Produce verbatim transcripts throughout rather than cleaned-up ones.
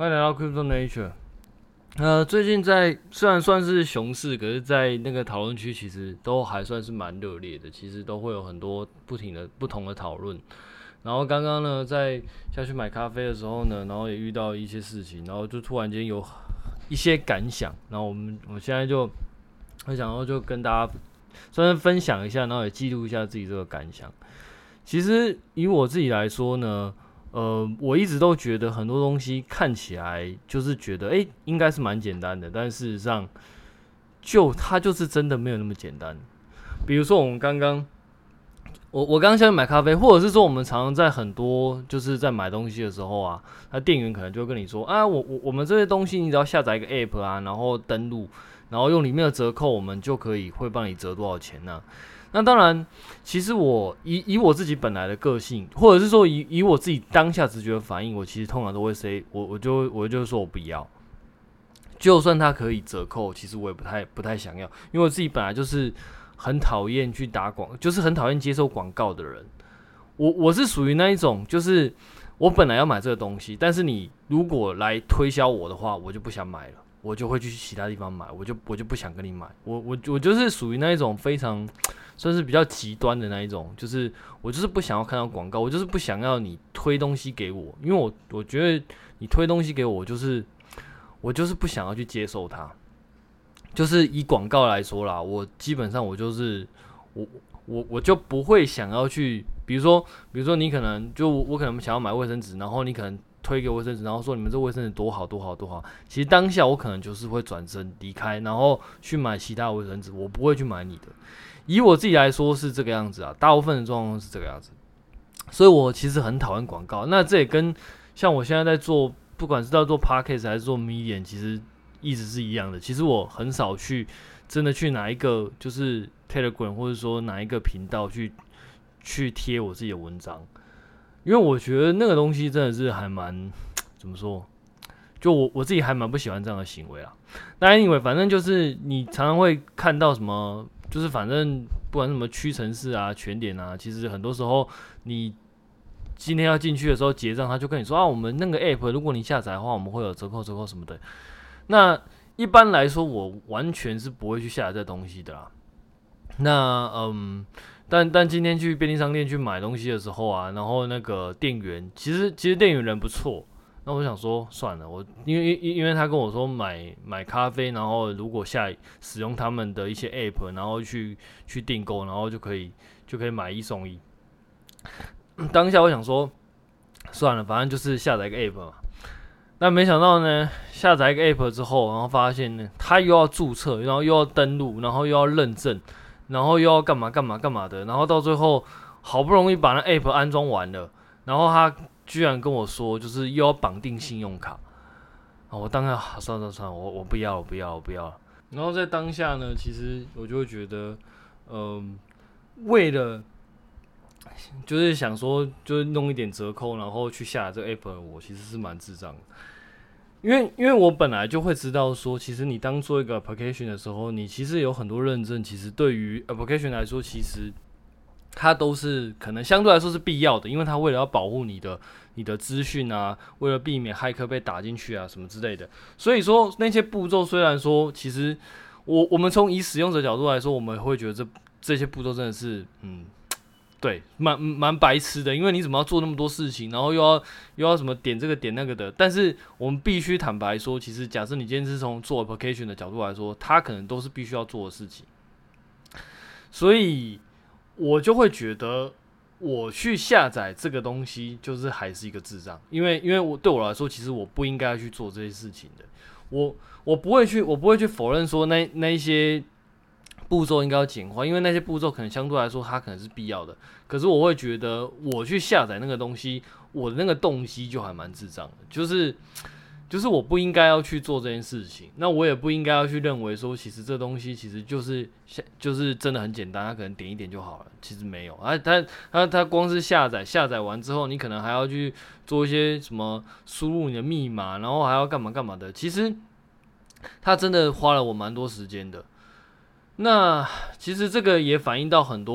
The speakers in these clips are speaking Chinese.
欢迎来到 Crypto Nature。呃，最近在虽然算是熊市，可是，在那个讨论区其实都还算是蛮热烈的，其实都会有很多不停的不同的讨论。然后刚刚呢，在下去买咖啡的时候呢，然后也遇到一些事情，然后就突然间有一些感想，然后我们我现在就很想要就跟大家算是分享一下，然后也记录一下自己这个感想。其实以我自己来说呢。呃，我一直都觉得很多东西看起来就是觉得，哎、欸，应该是蛮简单的，但事实上，就它就是真的没有那么简单。比如说，我们刚刚，我我刚刚下去买咖啡，或者是说，我们常常在很多就是在买东西的时候啊，那店员可能就会跟你说，啊，我我我们这些东西你只要下载一个 app 啊，然后登录，然后用里面的折扣，我们就可以会帮你折多少钱呢、啊？那当然，其实我以以我自己本来的个性，或者是说以以我自己当下直觉的反应，我其实通常都会 say， 我我就我就说我不要，就算它可以折扣，其实我也不太不太想要，因为我自己本来就是很讨厌去打广，就是很讨厌接受广告的人。我我是属于那一种，就是我本来要买这个东西，但是你如果来推销我的话，我就不想买了。我就会去其他地方买，我就我就不想跟你买，我我我就是属于那一种非常算是比较极端的那一种，就是我就是不想要看到广告，我就是不想要你推东西给我，因为我我觉得你推东西给我，我就是我就是不想要去接受它。就是以广告来说啦，我基本上我就是我我我就不会想要去，比如说比如说你可能就我可能想要买卫生纸，然后你可能。推给卫生纸，然后说你们这卫生纸多好多好多好。其实当下我可能就是会转身离开，然后去买其他卫生纸，我不会去买你的。以我自己来说是这个样子啊，大部分的状况是这个样子。所以我其实很讨厌广告。那这也跟像我现在在做，不管是在做 podcast 还是做 medium， 其实意思是一样的。其实我很少去真的去哪一个就是 Telegram 或者说哪一个频道去去贴我自己的文章。因为我觉得那个东西真的是还蛮怎么说，就我我自己还蛮不喜欢这样的行为啦。但 anyway， 反正就是你常常会看到什么，就是反正不管什么屈臣氏啊、全联啊，其实很多时候你今天要进去的时候结账，他就跟你说啊，我们那个 app 如果你下载的话，我们会有折扣、折扣什么的。那一般来说，我完全是不会去下载这东西的啦。那嗯。但但今天去便利商店去买东西的时候啊，然后那个店员其实其实店员人不错，那我想说算了，我因为因为他跟我说买买咖啡，然后如果下使用他们的一些 app， 然后去去订购，然后就可以就可以买一送一。当下我想说算了，反正就是下载一个 app 嘛。但没想到呢，下载一个 app 之后，然后发现呢，他又要注册，然后又要登录，然后又要认证。然后又要干嘛干嘛干嘛的，然后到最后好不容易把那 app 安装完了，然后他居然跟我说，就是又要绑定信用卡。啊，我当下算了算了，我我不要我不要我不要。然后在当下呢，其实我就会觉得，嗯、呃，为了就是想说，就是弄一点折扣，然后去下载这个 app， 我其实是蛮智障的。因为因为我本来就会知道说，其实你当做一个 application 的时候，你其实有很多认证，其实对于 application 来说，其实它都是可能相对来说是必要的，因为它为了要保护你的你的资讯啊，为了避免骇客被打进去啊什么之类的，所以说那些步骤虽然说，其实我我们从以使用者角度来说，我们会觉得这这些步骤真的是嗯。对，蛮蛮白痴的，因为你怎么要做那么多事情，然后又要又要什么点这个点那个的。但是我们必须坦白说，其实假设你今天是从做 application 的角度来说，它可能都是必须要做的事情。所以我就会觉得，我去下载这个东西，就是还是一个智障，因为因为我对我来说，其实我不应该去做这些事情的。我我不会去，我不会去否认说那那一些。步骤应该要简化，因为那些步骤可能相对来说它可能是必要的。可是我会觉得我去下载那个东西，我的那个动机就还蛮智障的，就是就是我不应该要去做这件事情，那我也不应该要去认为说，其实这东西其实就是就是真的很简单，它可能点一点就好了。其实没有，它它它它光是下载，下载完之后，你可能还要去做一些什么输入你的密码，然后还要干嘛干嘛的。其实它真的花了我蛮多时间的。那其实这个也反映到很多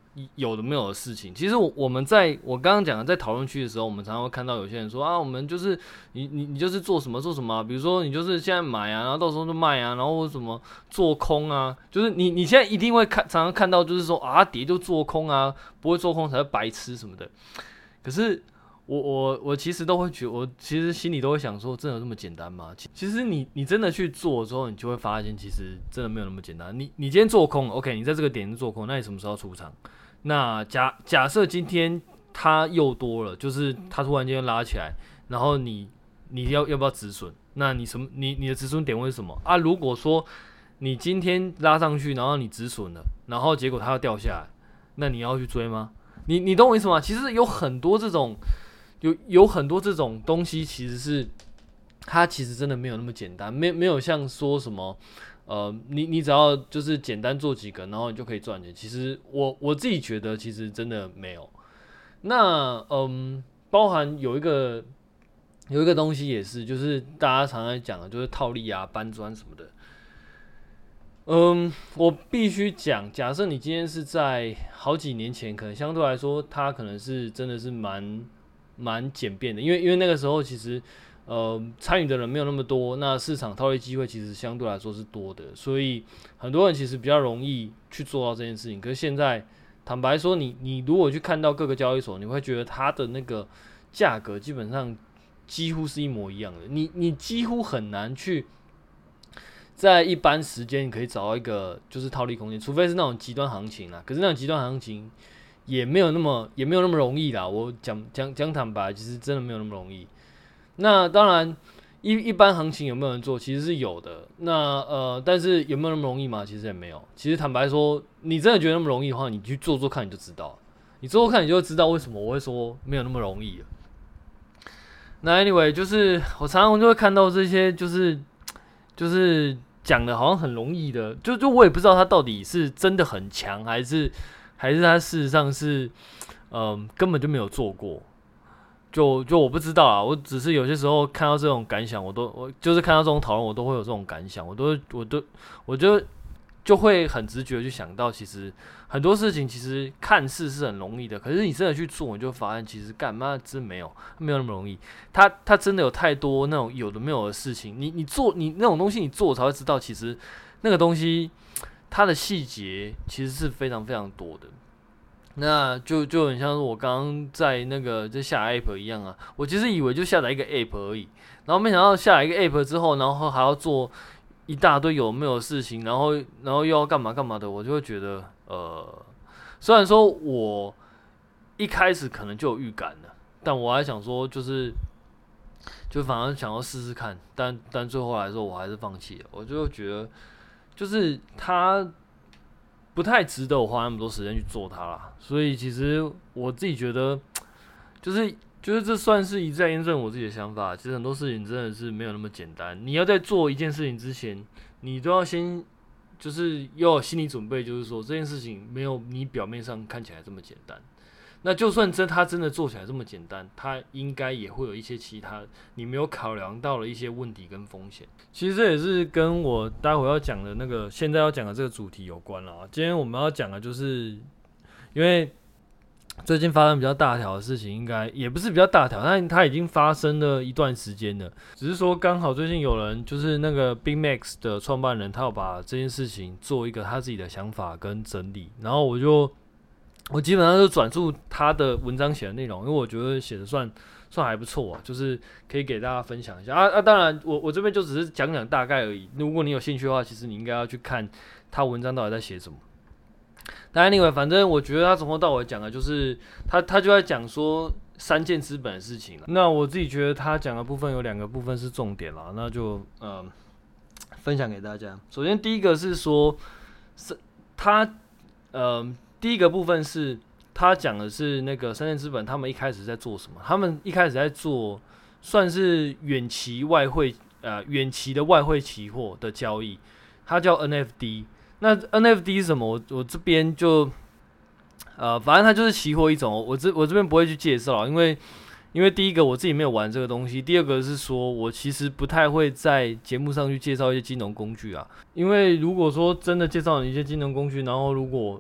有的没有的事情。其实我我们在我刚刚讲的在讨论区的时候，我们常常会看到有些人说啊，我们就是你你你就是做什么做什么、啊，比如说你就是现在买啊，然后到时候就卖啊，然后什么做空啊，就是你你现在一定会看常常看到就是说啊跌就做空啊，不会做空才是白痴什么的。可是我我我其实都会觉得，我其实心里都会想说，真的有这么简单吗？其实你你真的去做之后，你就会发现，其实真的没有那么简单。你你今天做空 ，OK， 你在这个点做空，那你什么时候出场？那假假设今天它又多了，就是它突然间拉起来，然后你你要要不要止损？那你什么？你你的止损点会是什么啊？如果说你今天拉上去，然后你止损了，然后结果它要掉下来，那你要去追吗？你你懂我意思吗？其实有很多这种。有有很多这种东西，其实是它其实真的没有那么简单，没没有像说什么，呃，你你只要就是简单做几个，然后你就可以赚钱。其实我我自己觉得，其实真的没有。那嗯，包含有一个有一个东西也是，就是大家常常讲的，就是套利啊、搬砖什么的。嗯，我必须讲，假设你今天是在好几年前，可能相对来说，它可能是真的是蛮。蛮简便的，因为因为那个时候其实，呃，参与的人没有那么多，那市场套利机会其实相对来说是多的，所以很多人其实比较容易去做到这件事情。可是现在，坦白说你，你如果去看到各个交易所，你会觉得它的那个价格基本上几乎是一模一样的，你你几乎很难去在一般时间你可以找到一个就是套利空间，除非是那种极端行情啦。可是那种极端行情。也没有那么也没有那么容易啦，我讲讲讲坦白，其实真的没有那么容易。那当然，一一般行情有没有人做，其实是有的。那呃，但是有没有那么容易嘛？其实也没有。其实坦白说，你真的觉得那么容易的话，你去做做看，你就知道。你做做看，你就会知道为什么我会说没有那么容易了。那 anyway， 就是我常常就会看到这些，就是就是讲的好像很容易的，就就我也不知道他到底是真的很强，还是。还是他事实上是，嗯、呃，根本就没有做过，就就我不知道啊。我只是有些时候看到这种感想，我都我就是看到这种讨论，我都会有这种感想，我都我都我就就会很直觉去想到，其实很多事情其实看似是很容易的，可是你真的去做，你就发现其实干嘛真没有没有那么容易。他他真的有太多那种有的没有的事情，你你做你那种东西，你做才会知道，其实那个东西。它的细节其实是非常非常多的，那就就很像是我刚刚在那个就下 app 一样啊。我其实以为就下载一个 app 而已，然后没想到下载一个 app 之后，然后还要做一大堆有没有的事情，然后然后又要干嘛干嘛的，我就会觉得，呃，虽然说我一开始可能就有预感了，但我还想说就是就反而想要试试看，但但最后来说我还是放弃了，我就觉得。就是它不太值得我花那么多时间去做它啦，所以其实我自己觉得，就是就是这算是一再验证我自己的想法。其实很多事情真的是没有那么简单。你要在做一件事情之前，你都要先就是要有心理准备，就是说这件事情没有你表面上看起来这么简单。那就算真他真的做起来这么简单，他应该也会有一些其他你没有考量到的一些问题跟风险。其实这也是跟我待会要讲的那个现在要讲的这个主题有关啦。今天我们要讲的就是，因为最近发生比较大条的事情，应该也不是比较大条，但它已经发生了一段时间了。只是说刚好最近有人就是那个 Big Max 的创办人，他有把这件事情做一个他自己的想法跟整理，然后我就。我基本上就转述他的文章写的内容，因为我觉得写的算算还不错啊，就是可以给大家分享一下啊啊！当然我，我我这边就只是讲讲大概而已。如果你有兴趣的话，其实你应该要去看他文章到底在写什么。但 anyway， 反正我觉得他从头到尾讲的就是他他就在讲说三箭资本的事情了。那我自己觉得他讲的部分有两个部分是重点啦，那就呃分享给大家。首先第一个是说，是他呃。第一个部分是他讲的是那个三箭资本，他们一开始在做什么？他们一开始在做算是远期外汇呃远期的外汇期货的交易，它叫 N F D。那 N F D 是什么？我我这边就呃反正它就是期货一种，我这我这边不会去介绍，因为因为第一个我自己没有玩这个东西，第二个是说我其实不太会在节目上去介绍一些金融工具啊，因为如果说真的介绍你一些金融工具，然后如果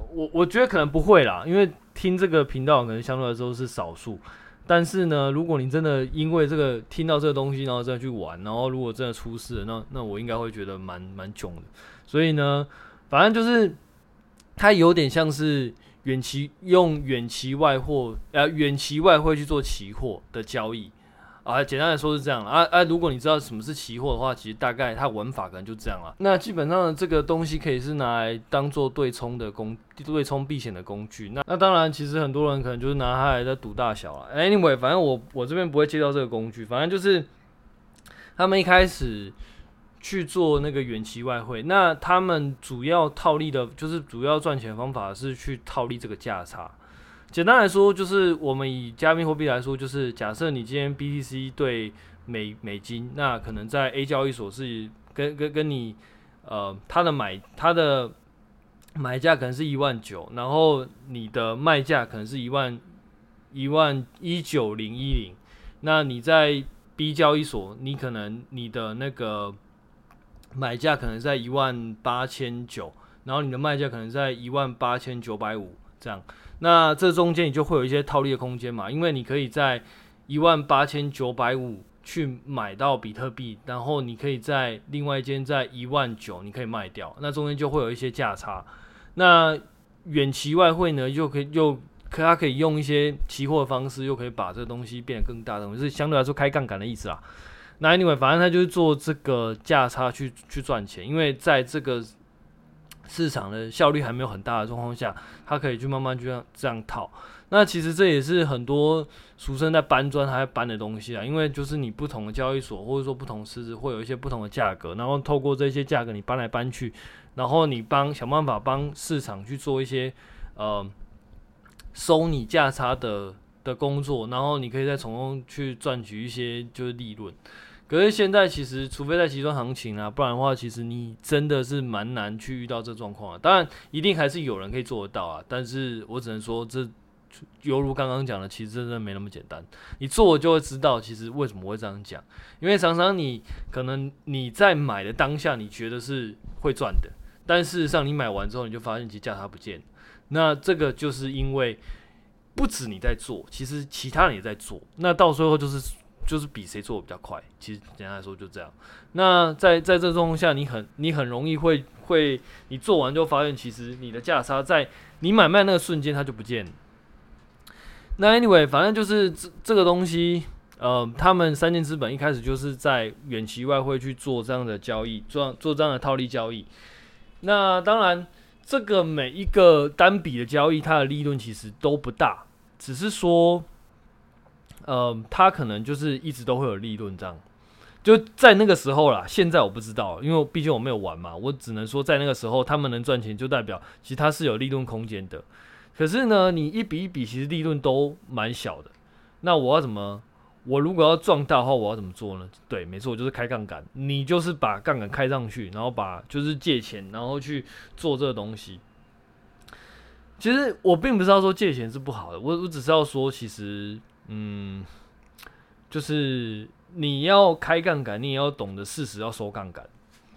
我我觉得可能不会啦，因为听这个频道可能相对来说是少数。但是呢，如果你真的因为这个听到这个东西，然后再去玩，然后如果真的出事了，那那我应该会觉得蛮蛮囧的。所以呢，反正就是它有点像是远期用远期外货，呃，远期外汇去做期货的交易。啊，简单来说是这样啊啊！如果你知道什么是期货的话，其实大概它玩法可能就这样了。那基本上这个东西可以是拿来当做对冲的工、对冲避险的工具。那那当然，其实很多人可能就是拿它来在赌大小了。Anyway， 反正我我这边不会介绍这个工具，反正就是他们一开始去做那个远期外汇，那他们主要套利的，就是主要赚钱的方法是去套利这个价差。简单来说，就是我们以加密货币来说，就是假设你今天 B T C 对美美金，那可能在 A 交易所是跟跟跟你呃它的买它的买价可能是一万九，然后你的卖价可能是一万一万一九零一零，那你在 B 交易所，你可能你的那个买价可能在一万八千九，然后你的卖价可能在一万八千九百五这样。那这中间你就会有一些套利的空间嘛，因为你可以在一万八千九百五去买到比特币，然后你可以在另外一间在一万九你可以卖掉，那中间就会有一些价差。那远期外汇呢，又可以又可它可以用一些期货的方式，又可以把这个东西变得更大的，就是相对来说开杠杆的意思啦。那 anyway， 反正他就是做这个价差去去赚钱，因为在这个市场的效率还没有很大的状况下，它可以去慢慢就这样这样套。那其实这也是很多俗称在搬砖还在搬的东西啊，因为就是你不同的交易所或者说不同市值会有一些不同的价格，然后透过这些价格你搬来搬去，然后你帮想办法帮市场去做一些呃收你价差的的工作，然后你可以再从中去赚取一些就是利润。可是现在其实，除非在极端行情啊，不然的话，其实你真的是蛮难去遇到这状况。当然，一定还是有人可以做得到啊。但是我只能说，这犹如刚刚讲的，其实真的没那么简单。你做了就会知道，其实为什么会这样讲。因为常常你可能你在买的当下，你觉得是会赚的，但事实上你买完之后，你就发现其实价差不见。那这个就是因为不止你在做，其实其他人也在做。那到最后就是。就是比谁做的比较快，其实简单来说就这样。那在在这状况下，你很你很容易会会，你做完就发现，其实你的价差在你买卖那个瞬间它就不见了。那 anyway， 反正就是这这个东西，呃，他们三箭资本一开始就是在远期外汇去做这样的交易，做做这样的套利交易。那当然，这个每一个单笔的交易，它的利润其实都不大，只是说。呃，他可能就是一直都会有利润这样，就在那个时候啦。现在我不知道，因为毕竟我没有玩嘛，我只能说在那个时候他们能赚钱，就代表其实它是有利润空间的。可是呢，你一笔一笔其实利润都蛮小的。那我要怎么？我如果要赚大的话，我要怎么做呢？对，没错，就是开杠杆。你就是把杠杆开上去，然后把就是借钱，然后去做这个东西。其实我并不是要说借钱是不好的，我我只是要说，其实。嗯，就是你要开杠杆，你也要懂得适时要收杠杆。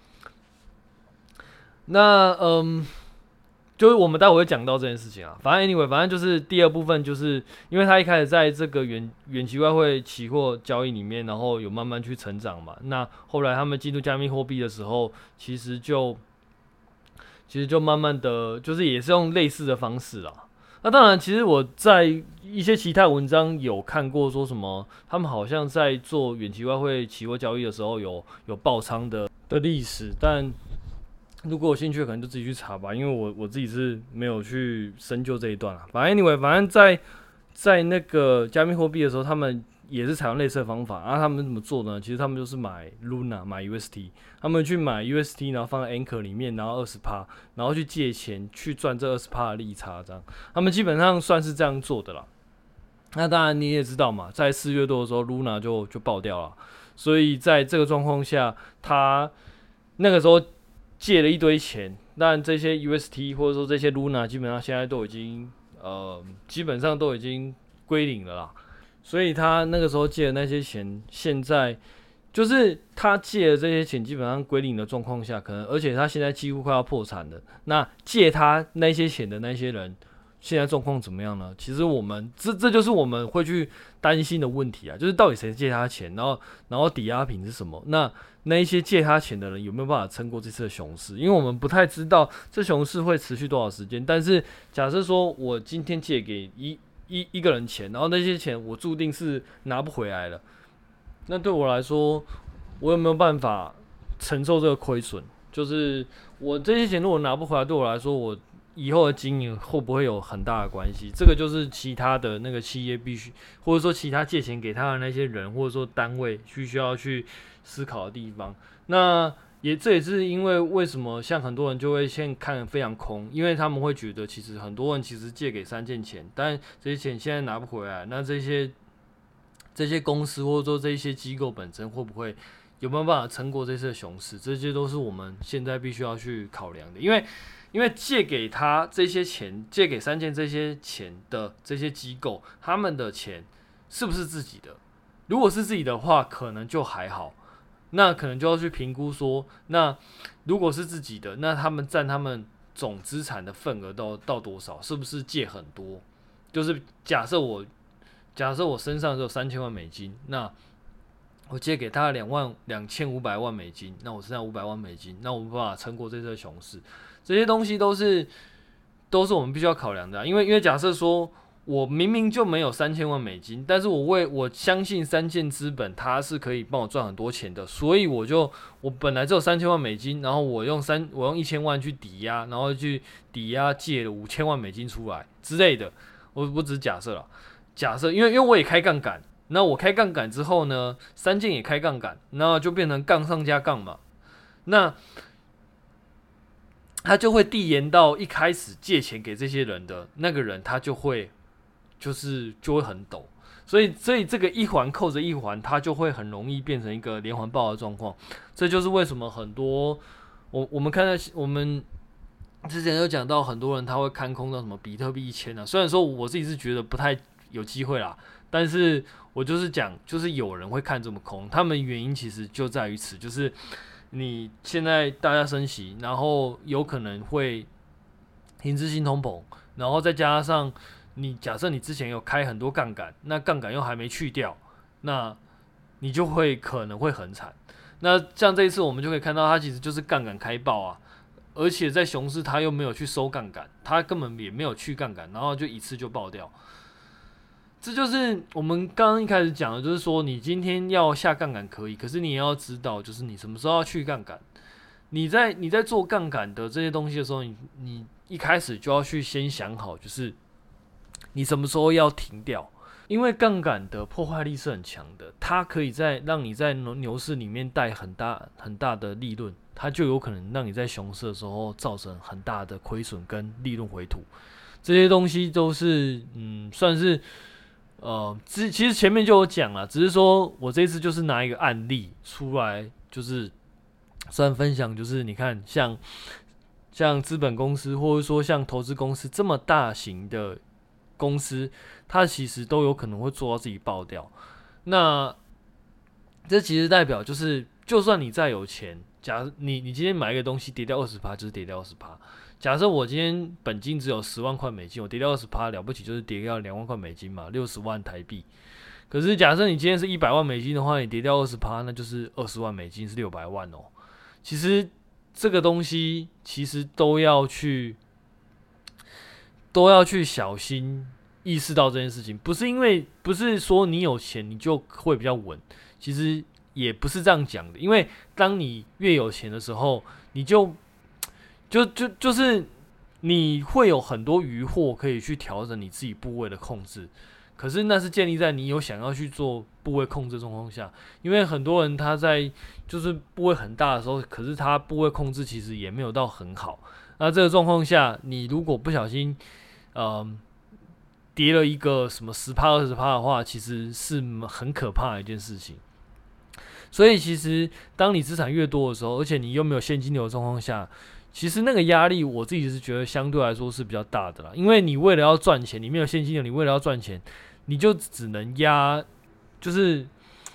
那嗯，就是我们待会会讲到这件事情啊。反正 anyway， 反正就是第二部分，就是因为他一开始在这个远远期外汇期货交易里面，然后有慢慢去成长嘛。那后来他们进入加密货币的时候，其实就其实就慢慢的就是也是用类似的方式啦。那当然，其实我在一些其他文章有看过，说什么他们好像在做远期外汇期货交易的时候有有爆仓的的历史，但如果有兴趣，可能就自己去查吧，因为我我自己是没有去深究这一段啦。反正 anyway， 反正在在那个加密货币的时候，他们也是采用类似的方法。啊，他们怎么做呢？其实他们就是买 Luna， 买 U S T， 他们去买 U S T， 然后放在 Anchor 里面，然后 百分之二十， 然后去借钱去赚这 百分之二十 的利差，这样他们基本上算是这样做的啦。那当然你也知道嘛，在四月多的时候 ，Luna 就就爆掉了，所以在这个状况下，他那个时候借了一堆钱，但这些 U S T 或者说这些 Luna 基本上现在都已经呃，基本上都已经归零了啦。所以他那个时候借的那些钱，现在就是他借的这些钱基本上归零的状况下，可能而且他现在几乎快要破产了。那借他那些钱的那些人，现在状况怎么样呢？其实我们这这就是我们会去担心的问题啊，就是到底谁借他钱，然后然后抵押品是什么？那那一些借他钱的人有没有办法撑过这次的熊市？因为我们不太知道这熊市会持续多少时间。但是假设说我今天借给一一一个人钱，然后那些钱我注定是拿不回来了。那对我来说，我有没有办法承受这个亏损？就是我这些钱如果拿不回来，对我来说，我以后的经营会不会有很大的关系？这个就是其他的那个企业必须，或者说其他借钱给他的那些人，或者说单位，必须要去思考的地方。那也这也是因为为什么像很多人就会现在看得非常空，因为他们会觉得其实很多人其实借给三件钱，但这些钱现在拿不回来，那这些。这些公司或者说这些机构本身会不会有没有办法撑过这次的熊市？这些都是我们现在必须要去考量的。因为因为借给他这些钱，借给三件这些钱的这些机构，他们的钱是不是自己的？如果是自己的话，可能就还好。那可能就要去评估说，那如果是自己的，那他们占他们总资产的份额到到多少？是不是借很多？就是假设我。假设我身上只有三千万美金，那我借给他两万两千五百万美金，那我身上五百万美金，那我没办法撑过这次的熊市。这些东西都是都是我们必须要考量的、啊，因为因为假设说我明明就没有三千万美金，但是我为我相信三箭资本它是可以帮我赚很多钱的，所以我就我本来只有三千万美金，然后我用三我用一千万去抵押，然后去抵押借了五千万美金出来之类的，我我只是假设了。假设，因为因为我也开杠杆，那我开杠杆之后呢，三箭也开杠杆，那就变成杠上加杠嘛。那他就会递延到一开始借钱给这些人的那个人，他就会就是就会很陡，所以所以这个一环扣着一环，它就会很容易变成一个连环爆的状况。这就是为什么很多我我们看到我们。之前有讲到很多人他会看空到什么比特币一千啊，虽然说我自己是觉得不太。有机会啦，但是我就是讲，就是有人会看这么空，他们原因其实就在于此，就是你现在大家升息，然后有可能会停滞性通膨，然后再加上你假设你之前有开很多杠杆，那杠杆又还没去掉，那你就会可能会很惨。那像这一次我们就可以看到，它其实就是杠杆开爆啊，而且在熊市它又没有去收杠杆，它根本也没有去杠杆，然后就一次就爆掉。这就是我们刚刚一开始讲的，就是说你今天要下杠杆可以，可是你也要知道，就是你什么时候要去杠杆。你在你在做杠杆的这些东西的时候，你你一开始就要去先想好，就是你什么时候要停掉，因为杠杆的破坏力是很强的，它可以在让你在牛市里面带很大很大的利润，它就有可能让你在熊市的时候造成很大的亏损跟利润回吐。这些东西都是嗯，算是。呃，其实前面就有讲了，只是说我这次就是拿一个案例出来，就是算分享，就是你看像像资本公司或者说像投资公司这么大型的公司，它其实都有可能会做到自己爆掉。那这其实代表就是，就算你再有钱，假如你你今天买一个东西跌掉 百分之二十， 就是跌掉 百分之二十。假设我今天本金只有十万块美金，我跌掉 百分之二十 了不起，就是跌掉两万块美金嘛，六十万台币。可是假设你今天是一百万美金的话，你跌掉 百分之二十， 那就是二十万美金，是六百万哦。其实这个东西其实都要去都要去小心意识到这件事情，不是因为不是说你有钱你就会比较稳，其实也不是这样讲的。因为当你越有钱的时候，你就就就就是你会有很多余货可以去调整你自己部位的控制，可是那是建立在你有想要去做部位控制的状况下。因为很多人他在就是部位很大的时候，可是他部位控制其实也没有到很好。那这个状况下，你如果不小心，呃，跌了一个什么十趴、二十趴的话，其实是很可怕的一件事情。所以其实当你资产越多的时候，而且你又没有现金流的状况下，其实那个压力我自己是觉得相对来说是比较大的啦。因为你为了要赚钱，你没有现金流，你为了要赚钱，你就只能压，就是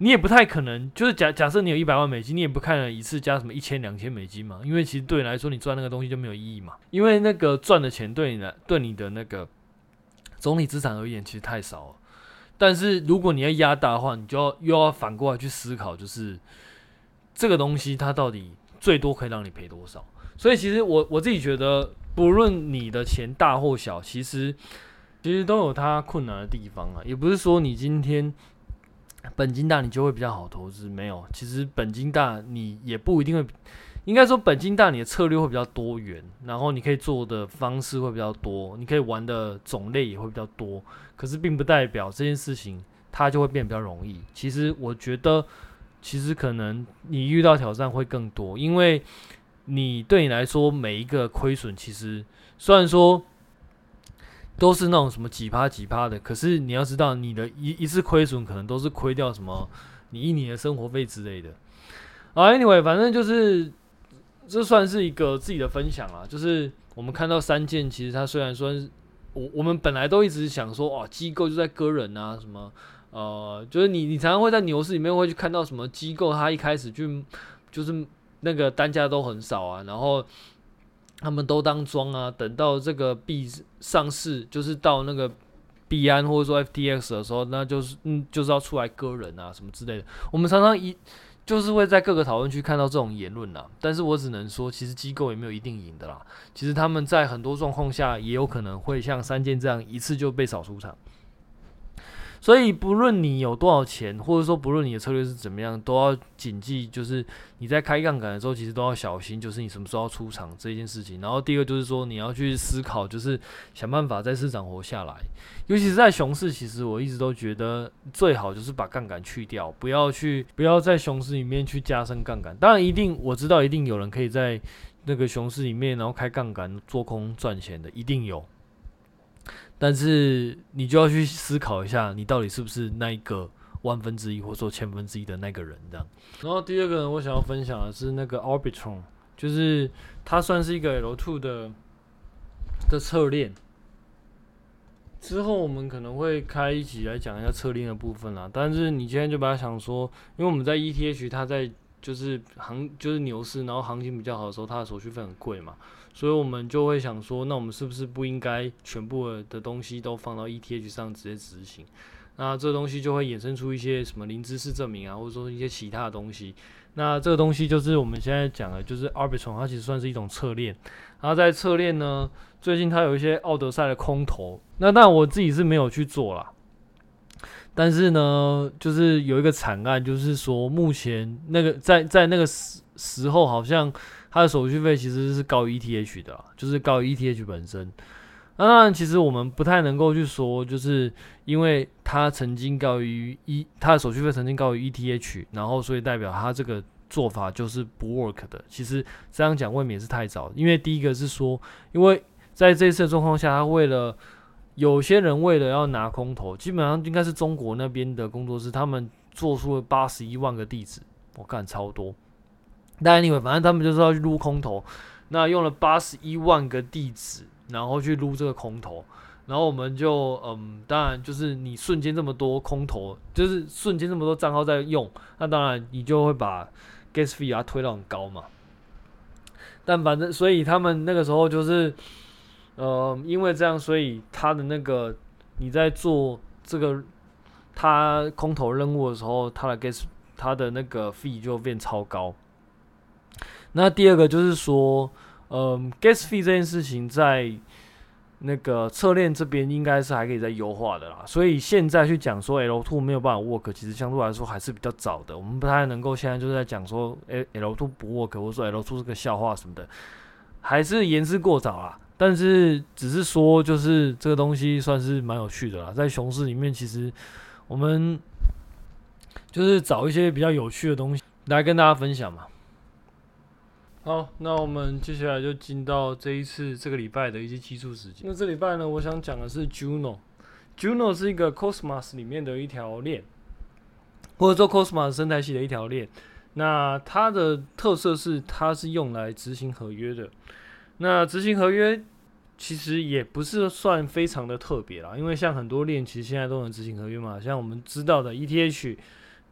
你也不太可能，就是假假设你有一百万美金，你也不可能一次加什么一千、两千美金嘛，因为其实对你来说，你赚那个东西就没有意义嘛，因为那个赚的钱对你来对你的那个总体资产而言，其实太少了。但是如果你要压大的话，你就要又要反过来去思考，就是这个东西它到底最多可以让你赔多少。所以其实我我自己觉得，不论你的钱大或小，其实其实都有它困难的地方啊，也不是说你今天本金大你就会比较好投资，没有，其实本金大你也不一定会，应该说本金大你的策略会比较多元，然后你可以做的方式会比较多，你可以玩的种类也会比较多，可是并不代表这件事情它就会变得比较容易。其实我觉得，其实可能你遇到挑战会更多，因为你对你来说每一个亏损，其实虽然说都是那种什么几趴几趴的，可是你要知道，你的一一次亏损可能都是亏掉什么你一年的生活费之类的。啊 ，anyway， 反正就是这算是一个自己的分享啦。就是我们看到三件，其实它虽然说我我们本来都一直想说，哦，机构就在割人啊，什么呃，就是你你常常会在牛市里面会去看到什么机构，它一开始就就是那个单价都很少啊，然后他们都当庄啊，等到这个币上市，就是到那个币安或者说 F T X 的时候，那就是嗯，就是要出来割人啊什么之类的。我们常常一就是会在各个讨论区看到这种言论啦，但是我只能说，其实机构也没有一定赢的啦。其实他们在很多状况下，也有可能会像三箭这样一次就被扫出场。所以不论你有多少钱，或者说不论你的策略是怎么样，都要谨记，就是你在开杠杆的时候，其实都要小心，就是你什么时候要出场这件事情。然后第二个就是说，你要去思考，就是想办法在市场活下来。尤其是在熊市，其实我一直都觉得最好就是把杠杆去掉，不要去不要在熊市里面去加深杠杆。当然，一定我知道一定有人可以在那个熊市里面，然后开杠杆做空赚钱的，一定有。但是你就要去思考一下，你到底是不是那一个万分之一或者说千分之一的那个人这样。然后第二个呢，我想要分享的是那个 Arbitrum， 就是它算是一个 L 二 的的侧链。之后我们可能会开一集来讲一下侧链的部分啦。但是你今天就把它想说，因为我们在 E T H 它在就是行就是牛市，然后行情比较好的时候，它的手续费很贵嘛。所以我们就会想说，那我们是不是不应该全部的东西都放到 E T H 上直接执行？那这个东西就会衍生出一些什么零知识证明啊，或者说一些其他的东西。那这个东西就是我们现在讲的，就是 Arbitrum， 它其实算是一种侧链。然后在侧链呢，最近它有一些奥德赛的空投，那当然我自己是没有去做啦。但是呢，就是有一个惨案，就是说目前那个在在那个时时候好像。它的手续费其实是高于 E T H 的啦，就是高于 E T H 本身。那当然，其实我们不太能够去说，就是因为它曾经高于一，它的手续费曾经高于 E T H， 然后所以代表它这个做法就是不 work 的。其实这样讲未免是太早，因为第一个是说，因为在这一次的状况下，他为了有些人为了要拿空投，基本上应该是中国那边的工作室，他们做出了八十一万个地址，我干超多。但 anyway， 反正他们就是要去撸空投，那用了八十一万个地址，然后去撸这个空投，然后我们就嗯，当然就是你瞬间这么多空投，就是瞬间这么多账号在用，那当然你就会把 gas fee 啊推到很高嘛。但反正所以他们那个时候就是呃，因为这样，所以他的那个你在做这个他空投任务的时候，他的 gas 他的那个 fee 就变超高。那第二个就是说，嗯 ，gas fee 这件事情在那个侧链这边应该是还可以再优化的啦。所以现在去讲说 L 二 没有办法 work， 其实相对来说还是比较早的。我们不太能够现在就在讲说 L 二 不 work， 或者说 L 二 是个笑话什么的，还是言之过早啦。但是只是说，就是这个东西算是蛮有趣的啦。在熊市里面，其实我们就是找一些比较有趣的东西来跟大家分享嘛。好，那我们接下来就进到这一次这个礼拜的一些基础时间。那这礼拜呢，我想讲的是 Juno。Juno 是一个 Cosmos 里面的一条链，或者说 Cosmos 生态系的一条链。那它的特色是，它是用来执行合约的。那执行合约其实也不是算非常的特别啦，因为像很多链其实现在都能执行合约嘛，像我们知道的 E T H。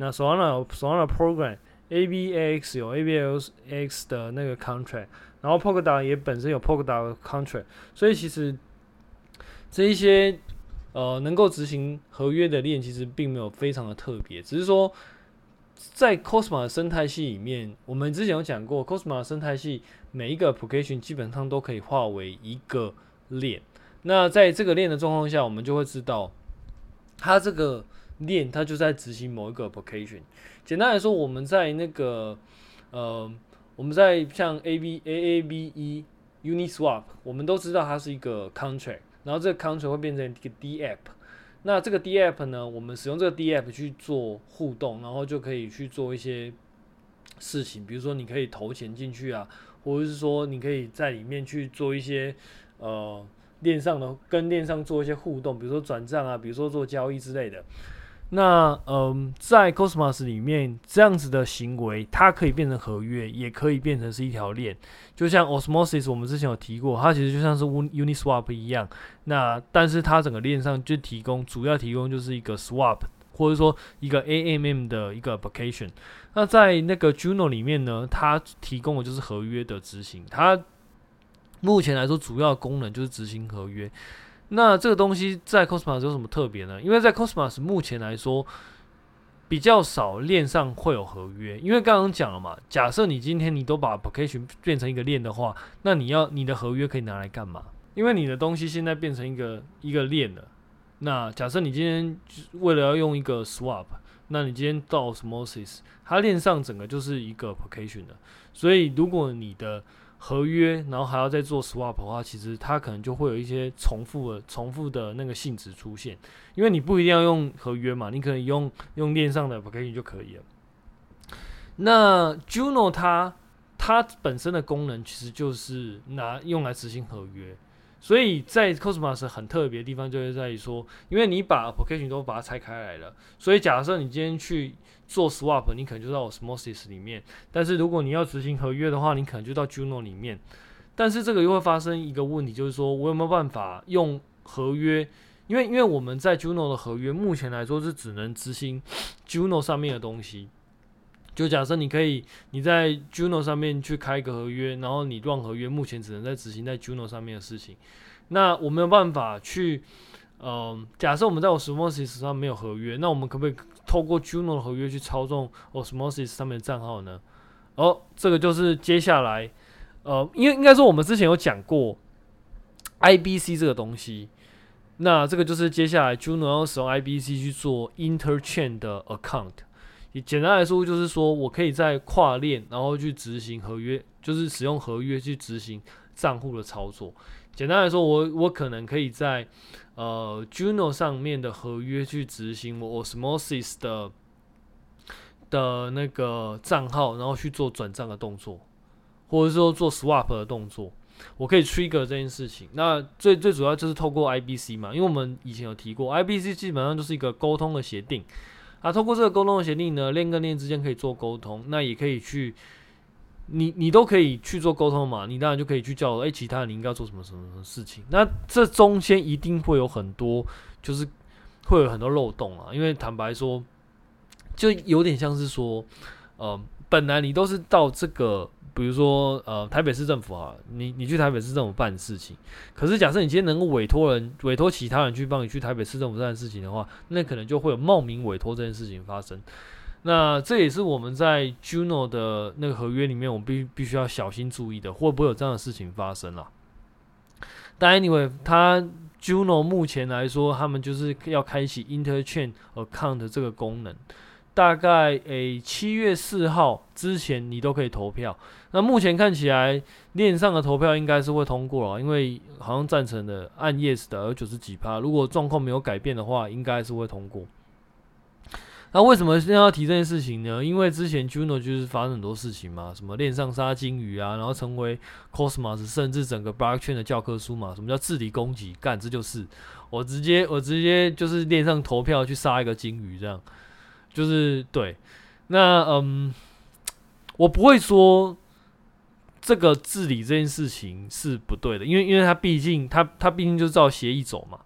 那 Solana 有 Solana Program，A B A X 有 A B A X 的那个 contract， 然后 Polkadot 也本身有 Polkadot 的 contract， 所以其实这一些呃能够执行合约的链其实并没有非常的特别，只是说在 Cosmos 的生态系里面，我们之前有讲过 Cosmos 的生态系每一个 application 基本上都可以化为一个链。那在这个链的状况下，我们就会知道它这个链它就在执行某一个 application。简单来说，我们在那个呃我们在像 A B A A B E、Uniswap， 我们都知道它是一个 contract， 然后这个 contract 会变成一个 D app。那这个 D app 呢，我们使用这个 D app 去做互动，然后就可以去做一些事情，比如说你可以投钱进去啊，或者是说你可以在里面去做一些呃链上的跟链上做一些互动，比如说转账啊，比如说做交易之类的。那嗯，在 Cosmos 里面，这样子的行为，它可以变成合约，也可以变成是一条链。就像 Osmosis， 我们之前有提过，它其实就像是 Uniswap 一样。那但是它整个链上就提供，主要提供就是一个 Swap， 或者说一个 A M M 的一个 application。那在那个 Juno 里面呢，它提供的就是合约的执行。它目前来说，主要的功能就是执行合约。那这个东西在 Cosmos 有什么特别呢？因为在 Cosmos 目前来说比较少链上会有合约，因为刚刚讲了嘛，假设你今天你都把 application 变成一个链的话，那你要你的合约可以拿来干嘛？因为你的东西现在变成一个一个链了。那假设你今天为了要用一个 swap， 那你今天到 Osmosis， 它链上整个就是一个 application 的，所以如果你的合约，然后还要再做 swap 的话，其实它可能就会有一些重复的、重复的那个性质出现，因为你不一定要用合约嘛，你可以用用链上的 application 就可以了。那 Juno 它它本身的功能其实就是拿用来执行合约，所以在 Cosmos 很特别的地方就会在于说，因为你把 application 都把它拆开来了，所以假设你今天去做 swap， 你可能就到 Osmosis 里面，但是如果你要执行合约的话，你可能就到 Juno 里面。但是这个又会发生一个问题，就是说我有没有办法用合约？因为因为我们在 Juno 的合约目前来说是只能执行 Juno 上面的东西。就假设你可以你在 Juno 上面去开一个合约，然后你 run 合约，目前只能在执行在 Juno 上面的事情。那我没有办法去。嗯，假设我们在 Osmosis 上没有合约，那我们可不可以透过 Juno 的合约去操纵 Osmosis 上面的账号呢？哦，这个就是接下来，呃，因为应该说我们之前有讲过 I B C 这个东西，那这个就是接下来 Juno 要使用 I B C 去做 interchain 的 account。也简单来说，就是说我可以在跨链，然后去执行合约，就是使用合约去执行账户的操作。简单来说，我我可能可以在呃 Juno 上面的合约去执行我 Osmosis 的的那个账号，然后去做转账的动作，或者说做 swap 的动作，我可以 trigger 这件事情。那最最主要就是透过 I B C 嘛，因为我们以前有提过 ，I B C 基本上就是一个沟通的协定。啊，透过这个沟通的协定呢，链跟链之间可以做沟通，那也可以去。你你都可以去做沟通嘛，你当然就可以去叫哎、欸，其他人你应该要做什么什么什么事情。那这中间一定会有很多，就是会有很多漏洞啊。因为坦白说，就有点像是说，呃，本来你都是到这个，比如说呃台北市政府啊，你你去台北市政府办事情，可是假设你今天能够委托人委托其他人去帮你去台北市政府办事情的话，那可能就会有冒名委托这件事情发生。那这也是我们在 Juno 的那个合约里面，我们必必须要小心注意的，会不会有这样的事情发生啦？但 anyway， 它 Juno 目前来说，他们就是要开启 interchain account 这个功能，大概诶七月四号之前你都可以投票。那目前看起来链上的投票应该是会通过了，因为好像赞成的按 yes 的有九十几趴，如果状况没有改变的话，应该是会通过。那为什么现在要提这件事情呢？因为之前 Juno 就是发生很多事情嘛，什么链上杀金鱼啊，然后成为 Cosmos 甚至整个 Blockchain 的教科书嘛。什么叫治理攻击？干，这就是我直接我直接就是链上投票去杀一个金鱼，这样就是对。那嗯，我不会说这个治理这件事情是不对的，因为因为它毕竟它它毕竟就是照协议走嘛。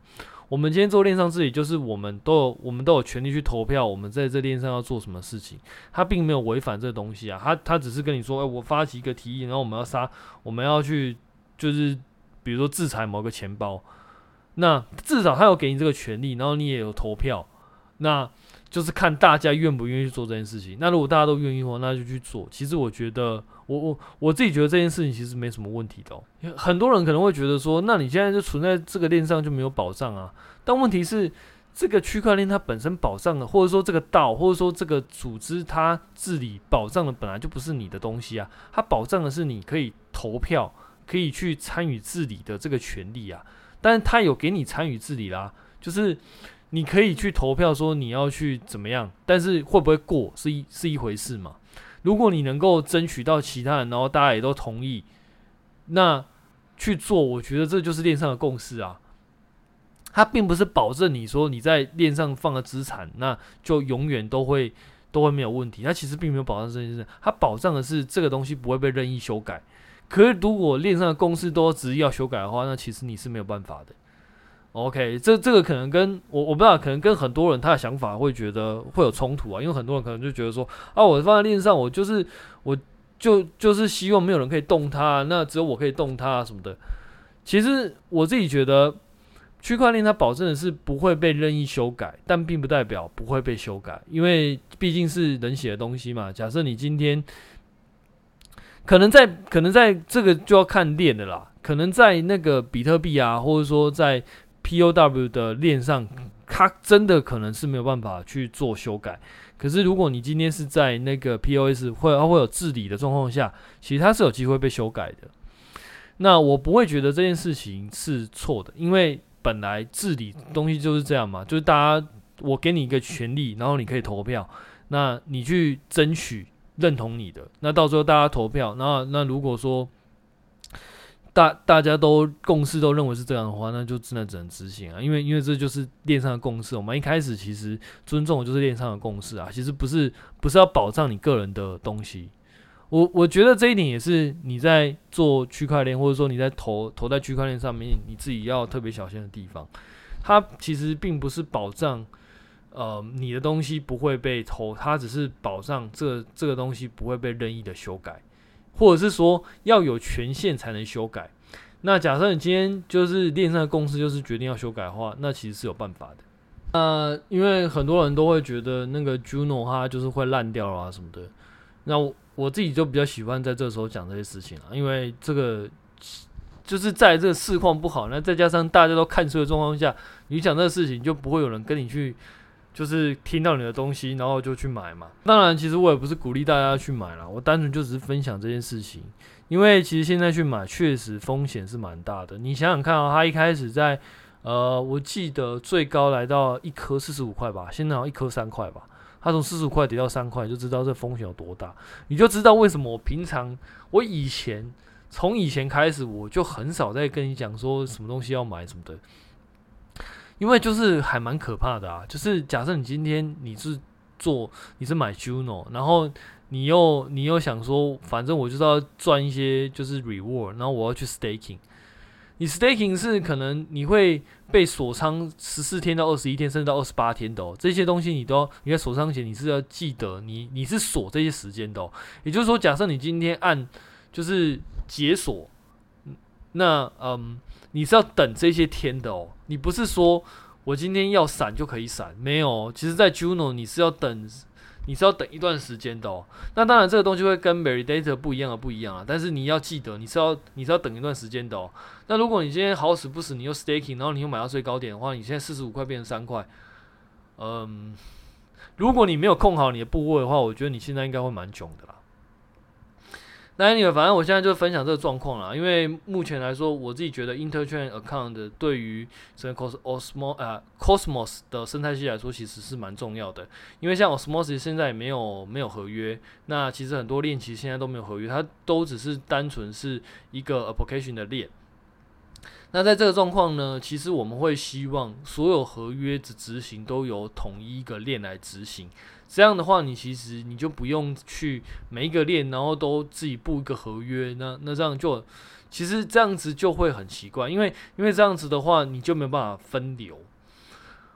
我们今天做链上治理，就是我们都有我们都有权利去投票，我们在这链上要做什么事情，他并没有违反这个东西啊，他他只是跟你说，哎、欸，我发起一个提议，然后我们要杀，我们要去就是比如说制裁某个钱包，那至少他有给你这个权利，然后你也有投票，那就是看大家愿不愿意去做这件事情。那如果大家都愿意的话，那就去做。其实我觉得，我我我自己觉得这件事情其实没什么问题的、哦。很多人可能会觉得说，那你现在就存在这个链上就没有保障啊？但问题是，这个区块链它本身保障的，或者说这个道，或者说这个组织它治理保障的本来就不是你的东西啊，它保障的是你可以投票，可以去参与治理的这个权利啊。但是它有给你参与治理啦，就是。你可以去投票说你要去怎么样，但是会不会过是一是一回事嘛？如果你能够争取到其他人，然后大家也都同意，那去做，我觉得这就是链上的共识啊。它并不是保证你说你在链上放的资产，那就永远都会都会没有问题。它其实并没有保障这件事，它保障的是这个东西不会被任意修改。可是如果链上的共识都执意要修改的话，那其实你是没有办法的。OK， 这这个可能跟我我不知道，可能跟很多人他的想法会觉得会有冲突啊，因为很多人可能就觉得说啊，我放在链上，我就是我就就是希望没有人可以动它，那只有我可以动它什么的。其实我自己觉得，区块链它保证的是不会被任意修改，但并不代表不会被修改，因为毕竟是人写的东西嘛。假设你今天可能在可能在这个就要看链的啦，可能在那个比特币啊，或者说在P O W 的链上，它真的可能是没有办法去做修改。可是如果你今天是在那个 P O S 会它会有治理的状况下，其实它是有机会被修改的。那我不会觉得这件事情是错的，因为本来治理东西就是这样嘛，就是大家我给你一个权利，然后你可以投票，那你去争取认同你的，那到时候大家投票，那那如果说大大家都共识都认为是这样的话，那就真的只能执行啊，因为因为这就是链上的共识。我们一开始其实尊重的就是链上的共识啊，其实不是不是要保障你个人的东西。我我觉得这一点也是你在做区块链，或者说你在投投在区块链上面，你自己要特别小心的地方。它其实并不是保障呃你的东西不会被偷，它只是保障这这个东西不会被任意的修改。或者是说要有权限才能修改。那假设你今天就是链上的公司就是决定要修改的话，那其实是有办法的。那因为很多人都会觉得那个 Juno 它就是会烂掉啊什么的。那 我, 我自己就比较喜欢在这时候讲这些事情啊，因为这个就是在这个市况不好，那再加上大家都看衰的状况下，你讲这个事情就不会有人跟你去。就是听到你的东西，然后就去买嘛。当然，其实我也不是鼓励大家去买啦，我单纯就只是分享这件事情。因为其实现在去买，确实风险是蛮大的。你想想看啊、喔，它一开始在呃，我记得最高来到一颗四十五块吧，现在好像一颗三块吧。它从四十五块跌到三块，就知道这风险有多大。你就知道为什么我平常我以前从以前开始，我就很少在跟你讲说什么东西要买什么的。因为就是还蛮可怕的啊，就是假设你今天你是做你是买 Juno， 然后你又你又想说，反正我就是要赚一些就是 reward， 然后我要去 staking。你 staking 是可能你会被锁仓十四天到二十一天，甚至到二十八天的哦。这些东西你都要你在锁仓前你是要记得你你是锁这些时间的哦。也就是说，假设你今天按就是解锁，那嗯。你是要等这些天的哦，你不是说我今天要闪就可以闪，没有。其实，在 Juno 你是要等，你是要等一段时间的哦。那当然，这个东西会跟 Validator 不一样的不一样啊。但是你要记得，你是要你是要等一段时间的哦。那如果你今天好死不死，你又 staking， 然后你又买到最高点的话，你现在四十五块变成三块，嗯，如果你没有控好你的部位的话，我觉得你现在应该会蛮囧的啦。那 anyway， 反正我现在就分享这个状况啦，因为目前来说，我自己觉得 Interchain Account 对于整个 Osmos 呃 Cosmos 的生态系来说，其实是蛮重要的。因为像 Osmos 现在也没有没有合约，那其实很多链其实现在都没有合约，它都只是单纯是一个 application 的链。那在这个状况呢，其实我们会希望所有合约的执行都由统一一个链来执行。这样的话，你其实你就不用去每一个链，然后都自己布一个合约，那那这样就其实这样子就会很奇怪，因为因为这样子的话，你就没有办法分流。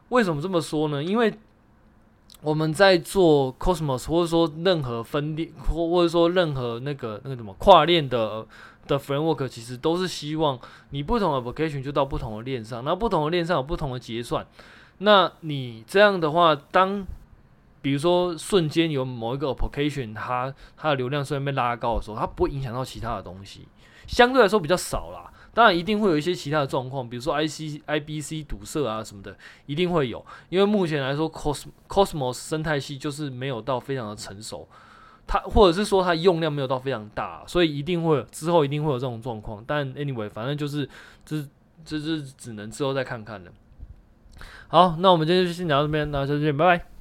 为什么这么说呢？因为我们在做 Cosmos 或者说任何分裂，或者说任何那个那个什么跨链的的 framework， 其实都是希望你不同的 application 就到不同的链上，然后不同的链上有不同的结算。那你这样的话，当比如说瞬间有某一个 application 它它的流量虽然被拉高的时候，它不会影响到其他的东西，相对来说比较少啦。当然一定会有一些其他的状况，比如说 I C I B C 堵塞啊什么的，一定会有。因为目前来说 ，Cos Cosmos 生态系就是没有到非常的成熟，它或者是说它用量没有到非常大，所以一定会之后一定会有这种状况。但 anyway， 反正就是这这这只能之后再看看了。好，那我们今天就先聊到这边，那下次见，拜拜。